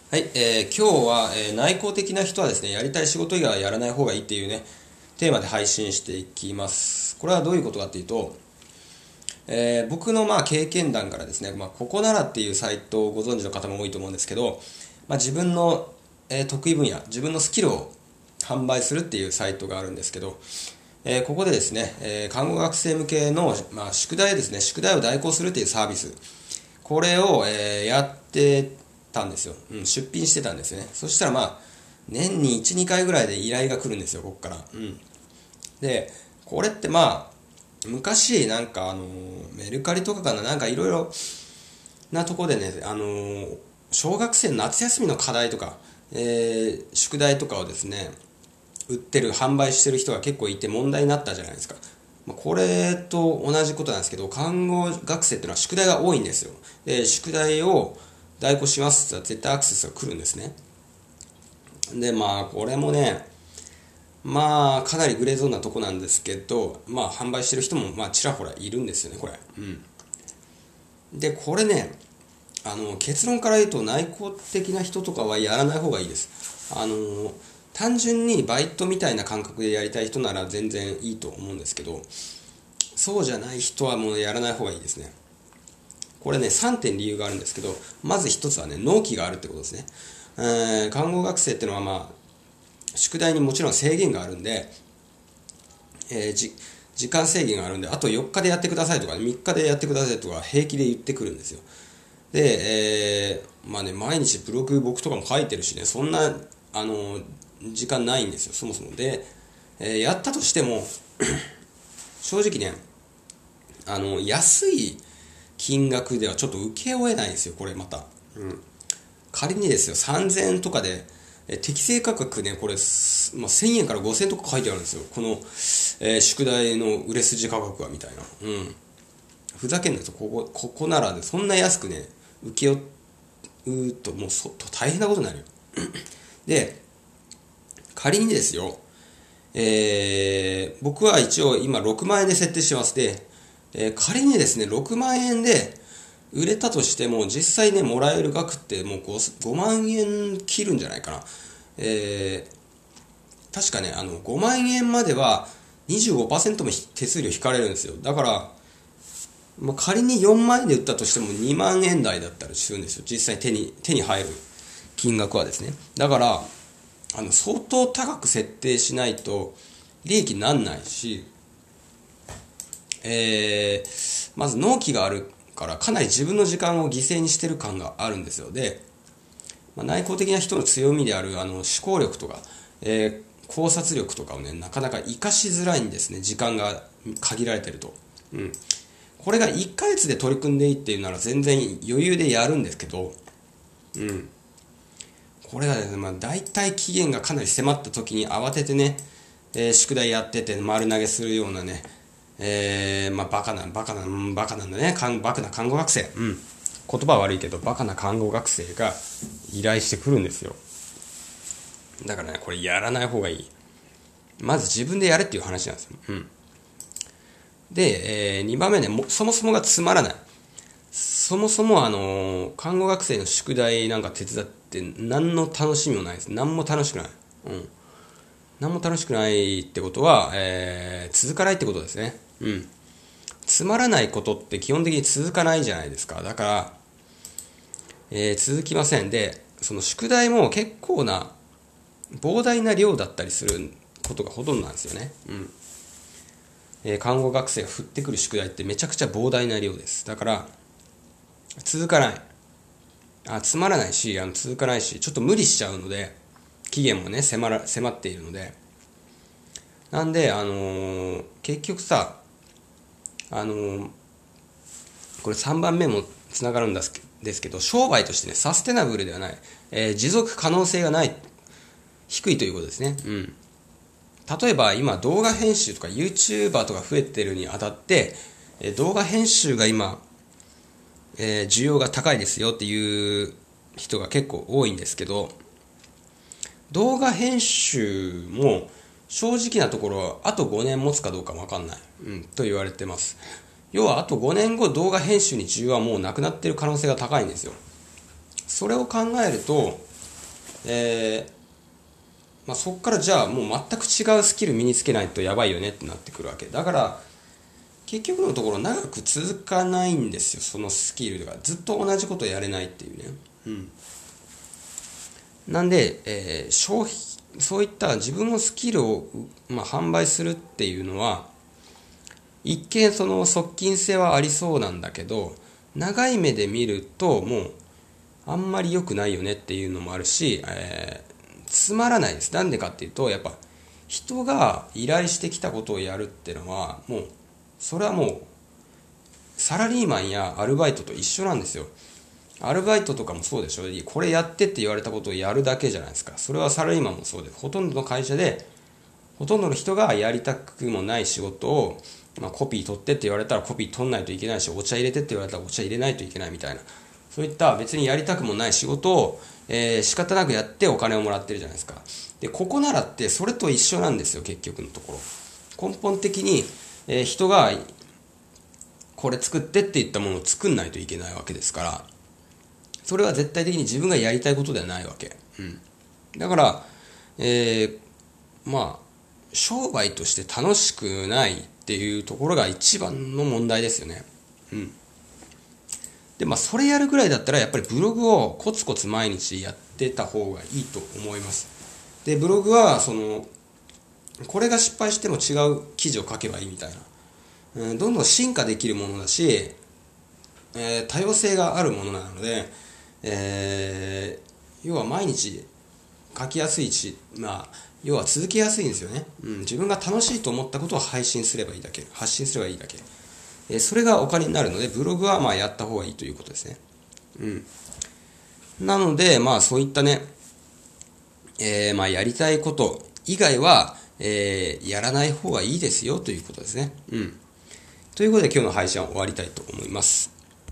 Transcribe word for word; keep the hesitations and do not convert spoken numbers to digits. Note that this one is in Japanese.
はい、えー今日は、えー内向的な人はですね、やりたい仕事以外はやらない方がいいっていうね、テーマで配信していきます。これはどういうことかっていうと、えー僕のまあ経験談からですね、まあ、ここならっていうサイトをご存知の方も多いと思うんですけど、まあ、自分の、えー得意分野、自分のスキルを販売するっていうサイトがあるんですけど、えーここでですね、えー看護学生向けの、まあ、宿題ですね、宿題を代行するっていうサービス、これを、えーやってたんですよ、うん、出品してたんですよね。そしたらまあ年にいち、にかいぐらいで依頼が来るんですよ、ここから。うん、で、これってまあ昔なんかあのメルカリとかかな、なんかいろいろなとこでね、あの小学生の夏休みの課題とか、えー宿題とかをですね売ってる販売してる人が結構いて問題になったじゃないですか。まあこれと同じことなんですけど、看護学生っていうのは宿題が多いんですよ。で、宿題を代行しますって言ったら絶対アクセスが来るんですね。で、まあこれもね、まあかなりグレーゾーンなとこなんですけど、まあ販売してる人もまあちらほらいるんですよね、これ。うん。で、これね、あの結論から言うと内向的な人とかはやらない方がいいです。あの単純にバイトみたいな感覚でやりたい人なら全然いいと思うんですけど、そうじゃない人はもうやらない方がいいですね。これね、さんてん理由があるんですけど、まずひとつはね、納期があるってことですね。えー看護学生っていうのはまあ宿題にもちろん制限があるんで、えーじ時間制限があるんで、あとよっかでやってくださいとかみっかでやってくださいとか平気で言ってくるんですよ。で、えーまあね、毎日ブログ僕とかも書いてるしね、そんな、あの、時間ないんですよ、そもそも。で、えーやったとしても、正直ね、あの、安い金額ではちょっと請け負えないんですよ、これまた。うん。仮にですよ、さんぜんえんとかで、えー適正価格ね、これ、すまあ、せんえんからごせんえんとか書いてあるんですよ。この、えー宿題の売れ筋価格はみたいな。うん。ふざけんなと、ここ、ここならで、そんな安くね、請け負うと、もうそ、大変なことになるよ。で、仮にですよ、えー僕は一応今ろくまん円で設定してます。で、えー仮にですね、ろくまん円で売れたとしても、実際ね、もらえる額ってもう 5, ごまん円切るんじゃないかな。えー確かね、あの、ごまん円まではにじゅうごパーセントも手数料引かれるんですよ。だから、まあ、仮によんまん円で売ったとしてもにまん円台だったりするんですよ。実際手に、手に入る金額はですね。だから、あの、相当高く設定しないと利益になんないし、えー、まず納期があるからかなり自分の時間を犠牲にしてる感があるんですよ。で、まあ、内向的な人の強みであるあの思考力とか、えー考察力とかをね、なかなか活かしづらいんですね。時間が限られてると。うん。これがいっかげつで取り組んでいいっていうなら全然余裕でやるんですけど、うん。これがですね、まあ大体期限がかなり迫った時に慌ててね、えー宿題やってて丸投げするようなね、えー、まあバカな、バカな、うんバカなんだね、かんバカな看護学生。うん。言葉は悪いけど、バカな看護学生が依頼してくるんですよ。だからね、これやらない方がいい。まず自分でやれっていう話なんですよ。うん。で、えー、にばんめね、もそもそもがつまらない。そもそもあの、看護学生の宿題なんか手伝って何の楽しみもないです。何も楽しくない。うん。何も楽しくないってことは、えー、続かないってことですね。うん。つまらないことって基本的に続かないじゃないですか。だから、えー、続きません。で、その宿題も結構な膨大な量だったりすることがほとんどなんですよね。うん。えー看護学生が振ってくる宿題ってめちゃくちゃ膨大な量です。だから、続かない。あ、つまらないし、あの続かないし、ちょっと無理しちゃうので、期限もね、迫ら、迫っているので。なんで、あのー結局さ、あのーこれさんばんめもつながるんですけですけど、商売としてね、サステナブルではない、えー持続可能性がない、低いということですね。うん。例えば今動画編集とか YouTuber とか増えてるにあたって、えー動画編集が今、えー需要が高いですよっていう人が結構多いんですけど、動画編集も正直なところあとごねん持つかどうかわかんない、うん、と言われてます。要はあとごねんご動画編集に需要はもうなくなっている可能性が高いんですよ。それを考えると、 えーまあ、そこからじゃあもう全く違うスキル身につけないとやばいよねってなってくるわけだから、結局のところ長く続かないんですよ、そのスキルがずっと同じことをやれないっていうね。うんなんで、えー、消費そういった自分のスキルを、まあ、販売するっていうのは一見その側近性はありそうなんだけど、長い目で見るともうあんまり良くないよねっていうのもあるし、えーつまらないです。なんでかっていうと、やっぱ人が依頼してきたことをやるっていうのはもうそれはもうサラリーマンやアルバイトと一緒なんですよ。アルバイトとかもそうでしょ。これやってって言われたことをやるだけじゃないですか。それはサラリーマンもそうで、ほとんどの会社でほとんどの人がやりたくもない仕事を、まあ、コピー取ってって言われたらコピー取んないといけないし、お茶入れてって言われたらお茶入れないといけないみたいな、そういった別にやりたくもない仕事を、えー、仕方なくやってお金をもらってるじゃないですか。でここならってそれと一緒なんですよ。結局のところ根本的に、えー、人がこれ作ってって言ったものを作んないといけないわけですから、それは絶対的に自分がやりたいことではないわけ、うん、だから、えー、まあ商売として楽しくないっていうところが一番の問題ですよね。うんでまあそれやるぐらいだったらやっぱりブログをコツコツ毎日やってた方がいいと思います。でブログはそのこれが失敗しても違う記事を書けばいいみたいな、うん、どんどん進化できるものだし、えー、多様性があるものなので、えー、要は毎日書きやすいし、まあ、要は続けやすいんですよね、うん、自分が楽しいと思ったことを配信すればいいだけ、発信すればいいだけ、えー、それがお金になるのでブログはまあやった方がいいということですね。うんなのでまあそういったね、えー、まあやりたいこと以外は、えー、やらない方がいいですよということですね。うんということで今日の配信は終わりたいと思います。